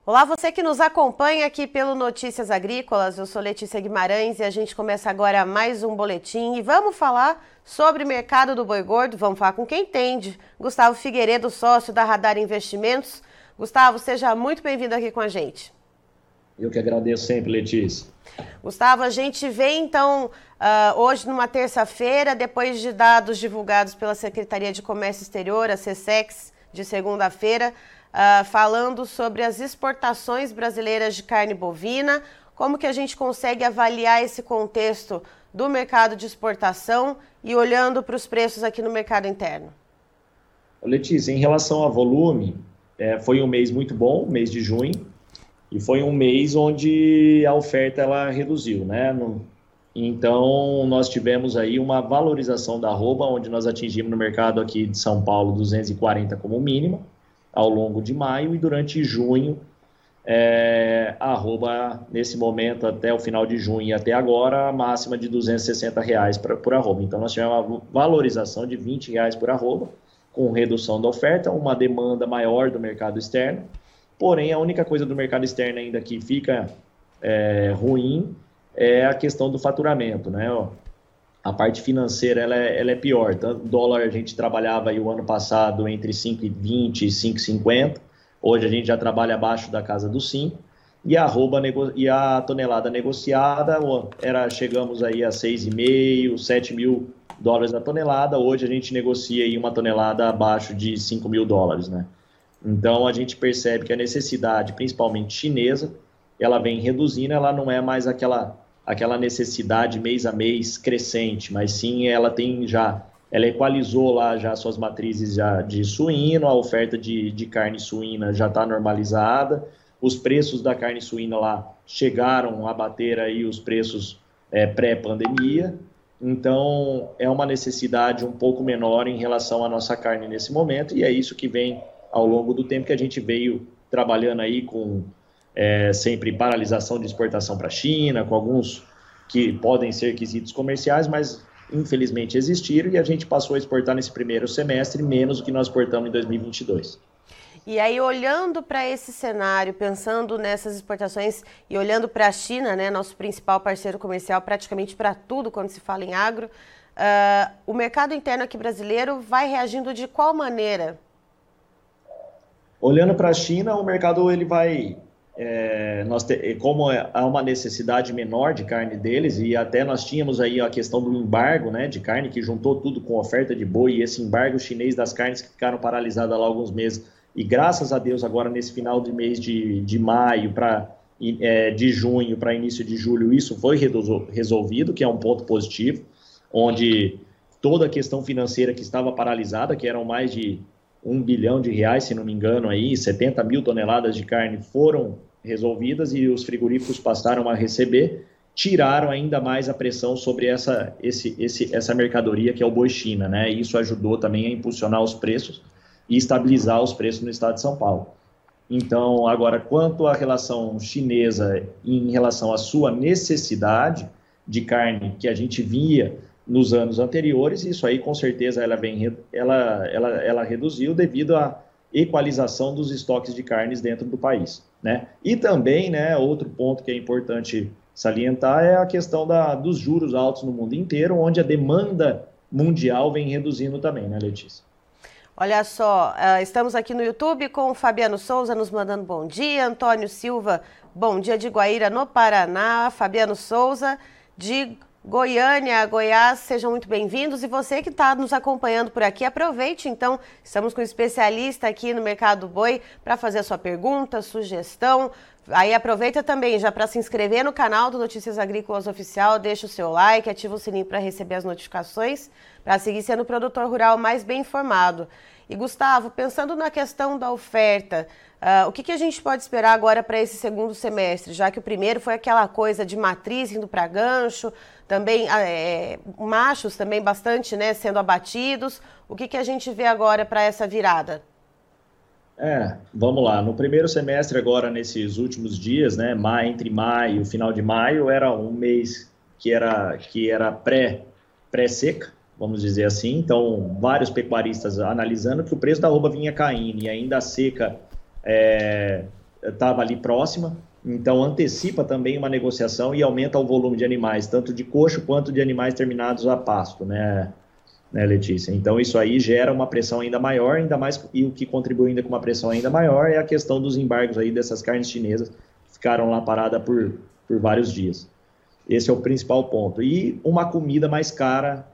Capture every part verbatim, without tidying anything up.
Olá, você que nos acompanha aqui pelo Notícias Agrícolas, eu sou Letícia Guimarães e a gente começa agora mais um boletim e vamos falar sobre o mercado do boi gordo, vamos falar com quem entende, Gustavo Figueiredo, sócio da Radar Investimentos. Gustavo, seja muito bem-vindo aqui com a gente. Eu que agradeço sempre, Letícia. Gustavo, a gente vê então uh, hoje numa terça-feira, depois de dados divulgados pela Secretaria de Comércio Exterior, a SECEX, de segunda-feira, Uh, falando sobre as exportações brasileiras de carne bovina, como que a gente consegue avaliar esse contexto do mercado de exportação e olhando para os preços aqui no mercado interno? Letícia, em relação a volume, é, foi um mês muito bom, mês de junho, e foi um mês onde a oferta ela reduziu, né? No, então, nós tivemos aí uma valorização da arroba, onde nós atingimos no mercado aqui de São Paulo duzentos e quarenta como mínima, ao longo de maio, e durante junho, é, a arroba, nesse momento, até o final de junho e até agora, a máxima de duzentos e sessenta reais pra, por arroba. Então, nós tivemos uma valorização de vinte reais por arroba, com redução da oferta, uma demanda maior do mercado externo. Porém, a única coisa do mercado externo ainda que fica é, ruim é a questão do faturamento, né? A parte financeira ela é, ela é pior. Tanto o dólar a gente trabalhava aí o ano passado entre cinco e vinte e cinco e cinquenta. Hoje a gente já trabalha abaixo da casa dos cinco. E a, arroba, e a tonelada negociada, era, chegamos aí a seis vírgula cinco, sete mil dólares a tonelada. Hoje a gente negocia aí uma tonelada abaixo de cinco mil dólares, né? Então a gente percebe que a necessidade, principalmente chinesa, ela vem reduzindo, ela não é mais aquela... aquela necessidade mês a mês crescente, mas sim ela tem já, ela equalizou lá já suas matrizes já de suíno, a oferta de, de carne suína já está normalizada, os preços da carne suína lá chegaram a bater aí os preços é, pré-pandemia, então é uma necessidade um pouco menor em relação à nossa carne nesse momento, e é isso que vem ao longo do tempo que a gente veio trabalhando aí com É, sempre paralisação de exportação para a China, com alguns que podem ser quesitos comerciais, mas infelizmente existiram e a gente passou a exportar nesse primeiro semestre menos do que nós exportamos em dois mil e vinte e dois. E aí, olhando para esse cenário, pensando nessas exportações e olhando para a China, né, nosso principal parceiro comercial praticamente para tudo quando se fala em agro, uh, o mercado interno aqui brasileiro vai reagindo de qual maneira? Olhando para a China, o mercado ele vai... É, nós te, como há uma necessidade menor de carne deles, e até nós tínhamos aí a questão do embargo, né, de carne, que juntou tudo com oferta de boi, e esse embargo chinês das carnes que ficaram paralisadas lá alguns meses, e graças a Deus agora nesse final de mês de, de maio, para é, de junho para início de julho, isso foi resolvido, que é um ponto positivo, onde toda a questão financeira que estava paralisada, que eram mais de um bilhão de reais, se não me engano, aí, setenta mil toneladas de carne foram resolvidas e os frigoríficos passaram a receber, tiraram ainda mais a pressão sobre essa, esse, esse, essa mercadoria que é o boi China, né? E isso ajudou também a impulsionar os preços e estabilizar os preços no estado de São Paulo. Então, agora, quanto à relação chinesa em relação à sua necessidade de carne que a gente via nos anos anteriores, isso aí com certeza ela, vem, ela, ela, ela reduziu devido à equalização dos estoques de carnes dentro do país, né? E também, né, outro ponto que é importante salientar é a questão da, dos juros altos no mundo inteiro, onde a demanda mundial vem reduzindo também, né, Letícia? Olha só, uh, estamos aqui no YouTube com o Fabiano Souza nos mandando bom dia, Antônio Silva, bom dia de Guaíra, no Paraná, Fabiano Souza de Goiânia, Goiás, sejam muito bem-vindos. E você que está nos acompanhando por aqui, aproveite então, estamos com um especialista aqui no Mercado do Boi para fazer a sua pergunta, sugestão. Aí aproveita também já para se inscrever no canal do Notícias Agrícolas Oficial, deixa o seu like, ativa o sininho para receber as notificações, para seguir sendo o produtor rural mais bem informado. E Gustavo, pensando na questão da oferta, uh, o que, que a gente pode esperar agora para esse segundo semestre, já que o primeiro foi aquela coisa de matriz indo para gancho, também é, machos também bastante, né, sendo abatidos. O que, que a gente vê agora para essa virada? É, vamos lá. No primeiro semestre agora, nesses últimos dias, né, maio, entre maio e final de maio, era um mês que era, que era pré, pré-seca, vamos dizer assim. Então, vários pecuaristas analisando que o preço da arroba vinha caindo e ainda a seca é, estava ali próxima, então antecipa também uma negociação e aumenta o volume de animais, tanto de coxo quanto de animais terminados a pasto, né, né, Letícia? Então isso aí gera uma pressão ainda maior, ainda mais, e o que contribui ainda com uma pressão ainda maior é a questão dos embargos aí dessas carnes chinesas que ficaram lá paradas por, por vários dias. Esse é o principal ponto. E uma comida mais cara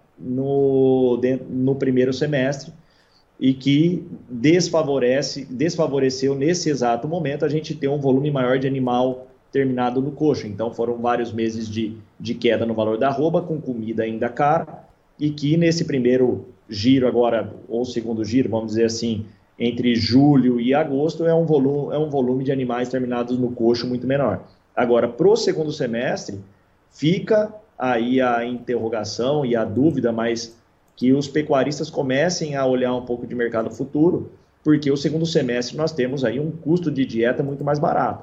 no, no primeiro semestre, e que desfavorece, desfavoreceu nesse exato momento a gente ter um volume maior de animal terminado no coxo. Então foram vários meses de, de queda no valor da arroba, com comida ainda cara, e que nesse primeiro giro agora, ou segundo giro, vamos dizer assim, entre julho e agosto, é um volume, é um volume de animais terminados no coxo muito menor. Agora, para o segundo semestre, fica aí a interrogação e a dúvida, mas que os pecuaristas comecem a olhar um pouco de mercado futuro, porque o segundo semestre nós temos aí um custo de dieta muito mais barato,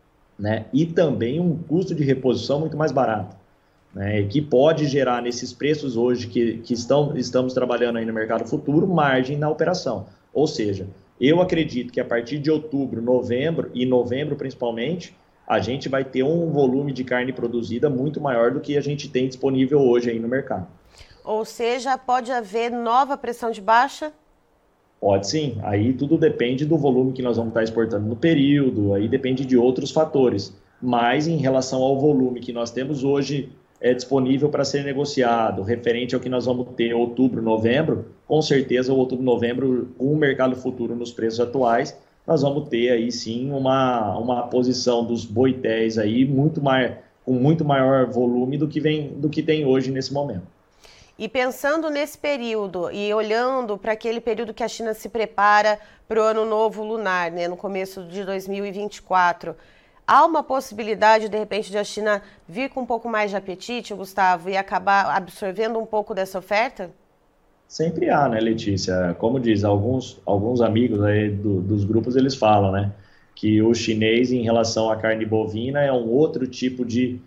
né? E também um custo de reposição muito mais barato, né? Que pode gerar nesses preços hoje que, que estão, estamos trabalhando aí no mercado futuro, margem na operação. Ou seja, eu acredito que a partir de outubro, novembro e novembro principalmente, a gente vai ter um volume de carne produzida muito maior do que a gente tem disponível hoje aí no mercado. Ou seja, pode haver nova pressão de baixa? Pode sim, aí tudo depende do volume que nós vamos estar exportando no período, aí depende de outros fatores, mas em relação ao volume que nós temos hoje é disponível para ser negociado, referente ao que nós vamos ter em outubro, novembro, com certeza o outubro, novembro, com o mercado futuro nos preços atuais, nós vamos ter aí sim uma, uma posição dos boitéis aí muito mais, com muito maior volume do que, vem, do que tem hoje nesse momento. E pensando nesse período e olhando para aquele período que a China se prepara para o ano novo lunar, né, no começo de dois mil e vinte e quatro, há uma possibilidade, de repente, de a China vir com um pouco mais de apetite, Gustavo, e acabar absorvendo um pouco dessa oferta? Sempre há, né, Letícia? Como diz, alguns, alguns amigos aí do, dos grupos, eles falam, né, que o chinês, em relação à carne bovina, é um outro tipo de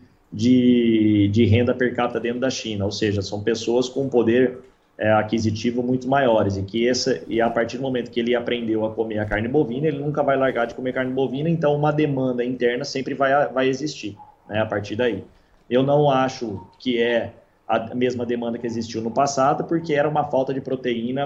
De, de renda per capita dentro da China, ou seja, são pessoas com poder é, aquisitivo muito maiores, e que essa, e a partir do momento que ele aprendeu a comer a carne bovina, ele nunca vai largar de comer carne bovina, então uma demanda interna sempre vai, vai existir, né, a partir daí. Eu não acho que é a mesma demanda que existiu no passado, porque era uma falta de proteína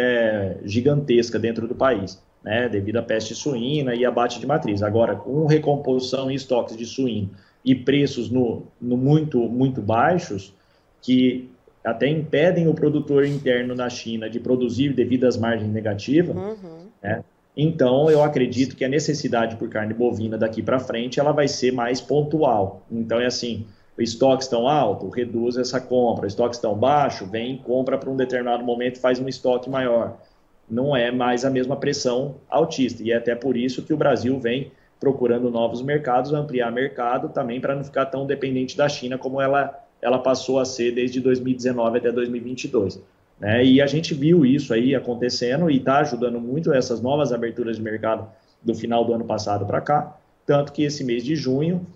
é, gigantesca dentro do país, né, devido à peste suína e abate de matriz. Agora, com recomposição e estoques de suíno e preços no, no muito, muito baixos, que até impedem o produtor interno na China de produzir devido às margens negativas, uhum. né? Então eu acredito que a necessidade por carne bovina daqui para frente ela vai ser mais pontual. Então é assim, os estoques estão altos, reduz essa compra, os estoques estão baixos, vem e compra para um determinado momento e faz um estoque maior. Não é mais a mesma pressão altista, e é até por isso que o Brasil vem procurando novos mercados, ampliar mercado também para não ficar tão dependente da China como ela, ela passou a ser desde dois mil e dezenove até dois mil e vinte e dois. Né? E a gente viu isso aí acontecendo e está ajudando muito essas novas aberturas de mercado do final do ano passado para cá, tanto que esse mês de junho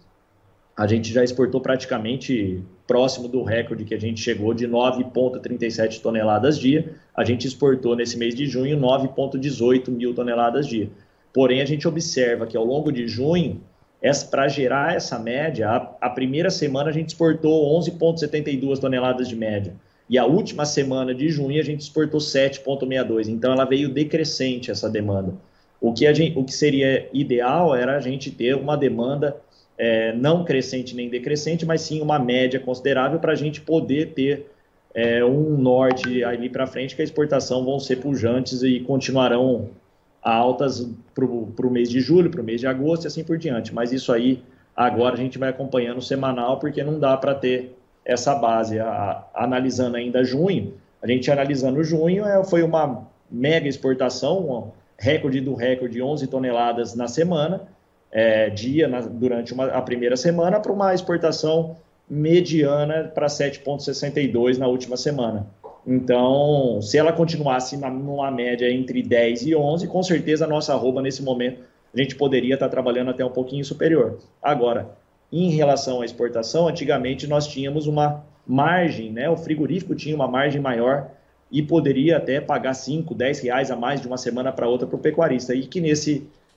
a gente já exportou praticamente próximo do recorde que a gente chegou de nove vírgula trinta e sete toneladas dia, a gente exportou nesse mês de junho nove vírgula dezoito mil toneladas dia. Porém, a gente observa que ao longo de junho, para gerar essa média, a, a primeira semana a gente exportou onze vírgula setenta e duas toneladas de média. E a última semana de junho a gente exportou sete vírgula sessenta e dois. Então, ela veio decrescente, essa demanda. O que, a gente, o que seria ideal era a gente ter uma demanda é, não crescente nem decrescente, mas sim uma média considerável para a gente poder ter é, um norte ali para frente, que a exportação vão ser pujantes e continuarão altas para o mês de julho, para o mês de agosto e assim por diante. Mas isso aí, agora a gente vai acompanhando semanal, porque não dá para ter essa base. A, a, analisando ainda junho, a gente analisando junho, é, foi uma mega exportação, um recorde do recorde, onze toneladas na semana, é, dia na, durante uma, a primeira semana, para uma exportação mediana para sete vírgula sessenta e dois na última semana. Então, se ela continuasse na, numa média entre dez e onze, com certeza a nossa arroba nesse momento a gente poderia estar trabalhando até um pouquinho superior. Agora, em relação à exportação, antigamente nós tínhamos uma margem, né? O frigorífico tinha uma margem maior e poderia até pagar cinco, dez reais a mais de uma semana para outra para o pecuarista. E que nesse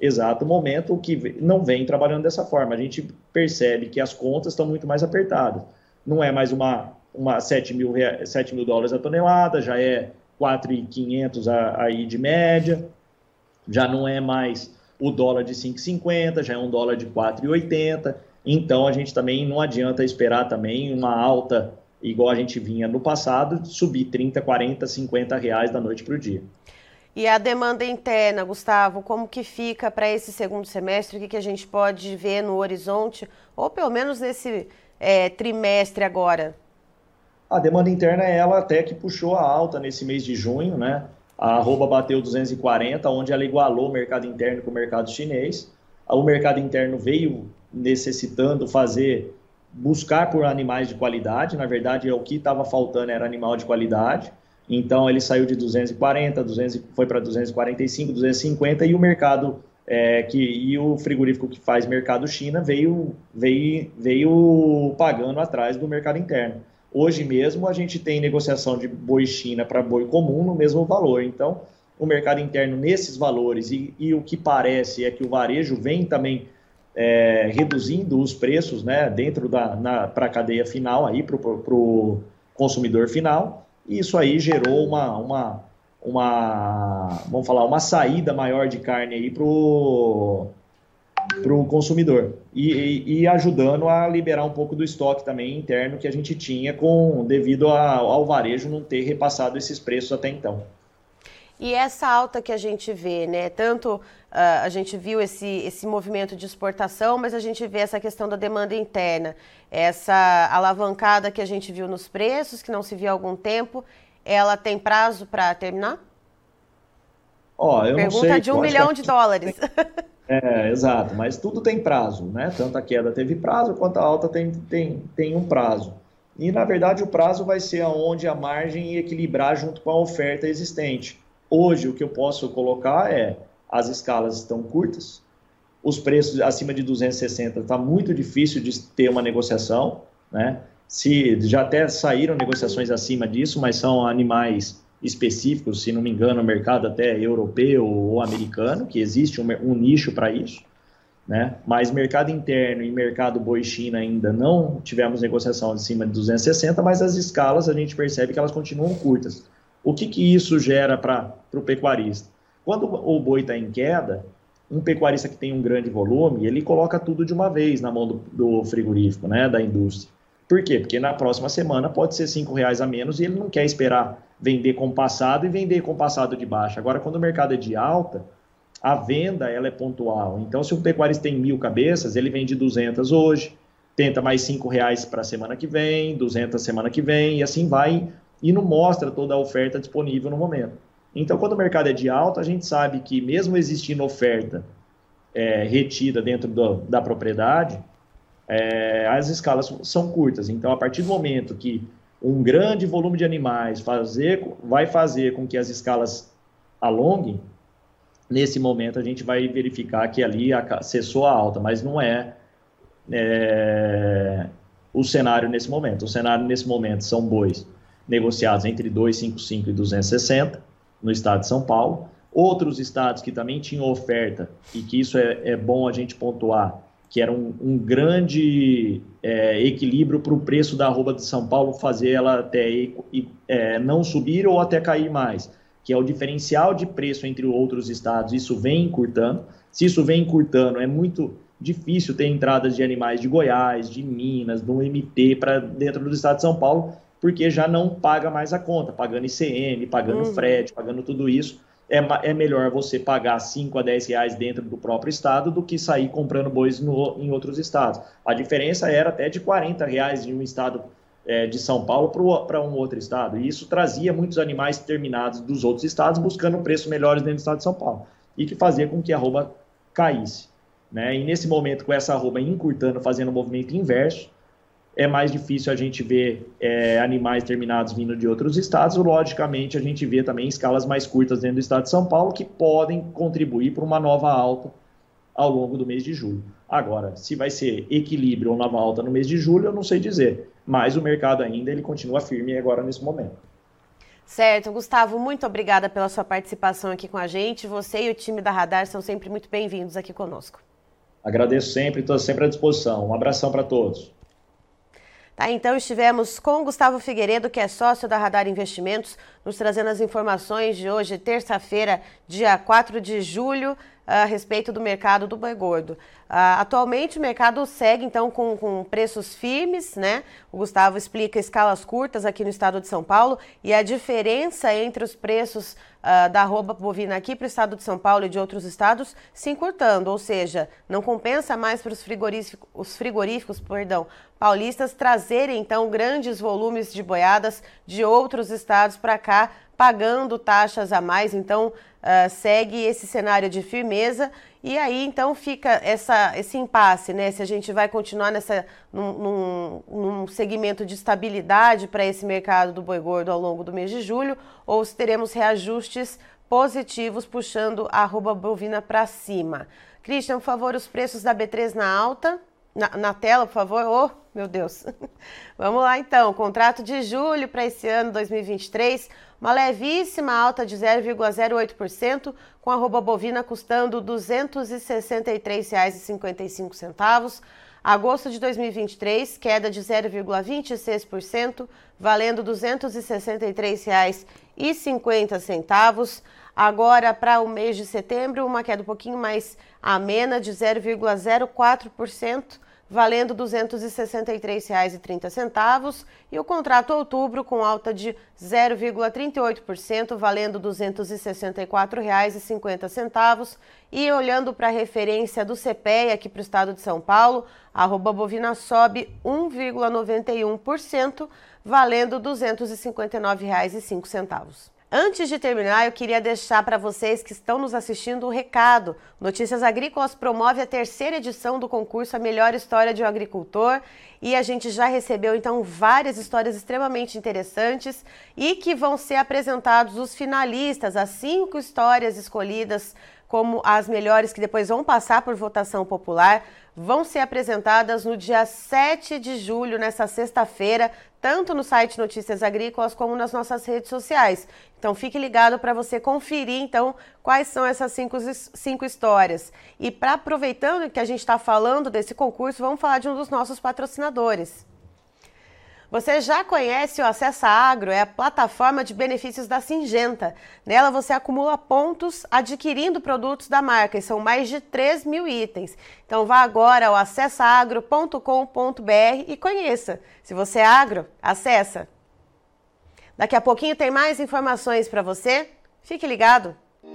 exato momento, o que não vem trabalhando dessa forma. A gente percebe que as contas estão muito mais apertadas. Não é mais uma, uma sete mil, sete mil dólares a tonelada, já é quatro mil e quinhentos aí de média, já não é mais o dólar de cinco e cinquenta, já é um dólar de quatro e oitenta. Então, a gente também não adianta esperar também uma alta, igual a gente vinha no passado, subir trinta, quarenta, cinquenta reais da noite para o dia. E a demanda interna, Gustavo, como que fica para esse segundo semestre? O que, que a gente pode ver no horizonte, ou pelo menos nesse é, trimestre agora? A demanda interna é ela até que puxou a alta nesse mês de junho, né? A arroba bateu duzentos e quarenta, onde ela igualou o mercado interno com o mercado chinês. O mercado interno veio necessitando fazer, buscar por animais de qualidade. Na verdade, o que estava faltando era animal de qualidade. Então, ele saiu de duzentos e quarenta, duzentos, foi para duzentos e quarenta e cinco, duzentos e cinquenta, e o mercado, é, que, e o frigorífico que faz mercado China veio, veio, veio pagando atrás do mercado interno. Hoje mesmo, a gente tem negociação de boi China para boi comum no mesmo valor. Então, o mercado interno nesses valores, e, e o que parece é que o varejo vem também é, reduzindo os preços, né, dentro da para a cadeia final, para o consumidor final. E isso aí gerou uma, uma, uma, vamos falar, uma saída maior de carne aí para o consumidor. E, e, e ajudando a liberar um pouco do estoque também interno que a gente tinha com, devido a, ao varejo não ter repassado esses preços até então. E essa alta que a gente vê, né? Tanto uh, a gente viu esse, esse movimento de exportação, mas a gente vê essa questão da demanda interna, essa alavancada que a gente viu nos preços, que não se viu há algum tempo, ela tem prazo para terminar? Ó, eu Pergunta não sei, de um milhão que... de dólares. É, exato, mas tudo tem prazo, né? Tanto a queda teve prazo, quanto a alta tem, tem, tem um prazo. E, na verdade, o prazo vai ser aonde a margem equilibrar junto com a oferta existente. Hoje, o que eu posso colocar é, as escalas estão curtas, os preços acima de duzentos e sessenta está muito difícil de ter uma negociação, né? Se, já até saíram negociações acima disso, mas são animais específicos, se não me engano, o mercado até europeu ou americano, que existe um, um nicho para isso, né? Mas mercado interno e mercado boi China ainda não tivemos negociação acima de duzentos e sessenta, mas as escalas a gente percebe que elas continuam curtas. O que, que isso gera para o pecuarista? Quando o boi está em queda, um pecuarista que tem um grande volume, ele coloca tudo de uma vez na mão do, do frigorífico, né, da indústria. Por quê? Porque na próxima semana pode ser cinco reais a menos e ele não quer esperar vender compassado e vender compassado de baixa. Agora, quando o mercado é de alta, a venda ela é pontual. Então, se o pecuarista tem mil cabeças, ele vende duzentas hoje, tenta mais cinco reais para a semana que vem, duzentas semana que vem, e assim vai, e não mostra toda a oferta disponível no momento. Então, quando o mercado é de alta, a gente sabe que mesmo existindo oferta é, retida dentro do, da propriedade, é, as escalas são curtas. Então, a partir do momento que um grande volume de animais fazer, vai fazer com que as escalas alonguem, nesse momento a gente vai verificar que ali cessou a alta, mas não é, é o cenário nesse momento. O cenário nesse momento são bois negociados entre duzentos e cinquenta e cinco e duzentos e sessenta no estado de São Paulo. Outros estados que também tinham oferta, e que isso é, é bom a gente pontuar, que era um, um grande é, equilíbrio para o preço da arroba de São Paulo fazer ela até é, não subir ou até cair mais, que é o diferencial de preço entre outros estados. Isso vem encurtando. Se isso vem encurtando, é muito difícil ter entradas de animais de Goiás, de Minas, do M T para dentro do estado de São Paulo, porque já não paga mais a conta, pagando I C M, pagando uhum. frete, pagando tudo isso. É, é melhor você pagar cinco a dez reais dentro do próprio estado do que sair comprando bois no, em outros estados. A diferença era até de quarenta reais de um estado é, de São Paulo para um outro estado. E isso trazia muitos animais terminados dos outros estados buscando preços melhores dentro do estado de São Paulo. E que fazia com que a arroba caísse. Né? E nesse momento, com essa arroba encurtando, fazendo um movimento inverso, é mais difícil a gente ver é, animais terminados vindo de outros estados. Logicamente, a gente vê também escalas mais curtas dentro do estado de São Paulo que podem contribuir para uma nova alta ao longo do mês de julho. Agora, se vai ser equilíbrio ou nova alta no mês de julho, eu não sei dizer. Mas o mercado ainda ele continua firme agora nesse momento. Certo, Gustavo, muito obrigada pela sua participação aqui com a gente. Você e o time da Radar são sempre muito bem-vindos aqui conosco. Agradeço sempre, estou sempre à disposição. Um abração para todos. Tá, então estivemos com Gustavo Figueiredo, que é sócio da Radar Investimentos, nos trazendo as informações de hoje, terça-feira, dia quatro de julho, a respeito do mercado do boi gordo. Uh, atualmente o mercado segue então com, com preços firmes, né? O Gustavo explica escalas curtas aqui no estado de São Paulo e a diferença entre os preços uh, da arroba bovina aqui para o estado de São Paulo e de outros estados se encurtando, ou seja, não compensa mais para os frigoríficos, os frigoríficos, perdão, paulistas trazerem então grandes volumes de boiadas de outros estados para cá, pagando taxas a mais. Então uh, segue esse cenário de firmeza e aí então fica essa, esse impasse, né? Se a gente vai continuar nessa, num, num, num segmento de estabilidade para esse mercado do boi gordo ao longo do mês de julho, ou se teremos reajustes positivos puxando a arroba bovina para cima. Christian, por favor, os preços da B três na alta. Na, na tela, por favor. Oh, meu Deus. Vamos lá, então. Contrato de julho para esse ano dois mil e vinte e três. Uma levíssima alta de zero vírgula zero oito por cento, com a arroba bovina custando duzentos e sessenta e três reais e cinquenta e cinco centavos. Agosto de dois mil e vinte e três, queda de zero vírgula vinte e seis por cento, valendo duzentos e sessenta e três reais e cinquenta centavos. Agora, para o mês de setembro, uma queda um pouquinho mais amena de zero vírgula zero quatro por cento, valendo duzentos e sessenta e três reais e trinta centavos. E o contrato outubro com alta de zero vírgula trinta e oito por cento, valendo duzentos e sessenta e quatro reais e cinquenta centavos. E olhando para a referência do C P E A aqui para o estado de São Paulo, a arroba bovina sobe um vírgula noventa e um por cento, valendo duzentos e cinquenta e nove reais e cinco centavos. Antes de terminar, eu queria deixar para vocês que estão nos assistindo um recado. Notícias Agrícolas promove a terceira edição do concurso A Melhor História de um Agricultor e a gente já recebeu então várias histórias extremamente interessantes e que vão ser apresentados os finalistas, as cinco histórias escolhidas como as melhores que depois vão passar por votação popular, vão ser apresentadas no dia sete de julho, nessa sexta-feira, tanto no site Notícias Agrícolas como nas nossas redes sociais. Então fique ligado para você conferir então quais são essas cinco, cinco histórias. E para aproveitando que a gente está falando desse concurso, vamos falar de um dos nossos patrocinadores. Você já conhece o Acessa Agro, é a plataforma de benefícios da Syngenta. Nela você acumula pontos adquirindo produtos da marca e são mais de três mil itens. Então vá agora ao acessa agro ponto com ponto br e conheça. Se você é agro, acessa. Daqui a pouquinho tem mais informações para você. Fique ligado.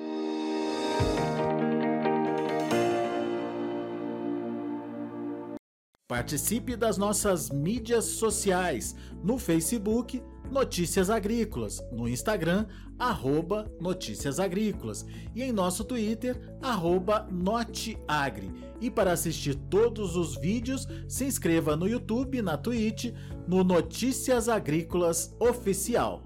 Participe das nossas mídias sociais, no Facebook, Notícias Agrícolas, no Instagram, arroba Notícias Agrícolas e em nosso Twitter, arroba Noteagri. E para assistir todos os vídeos, se inscreva no YouTube, na Twitch, no Notícias Agrícolas Oficial.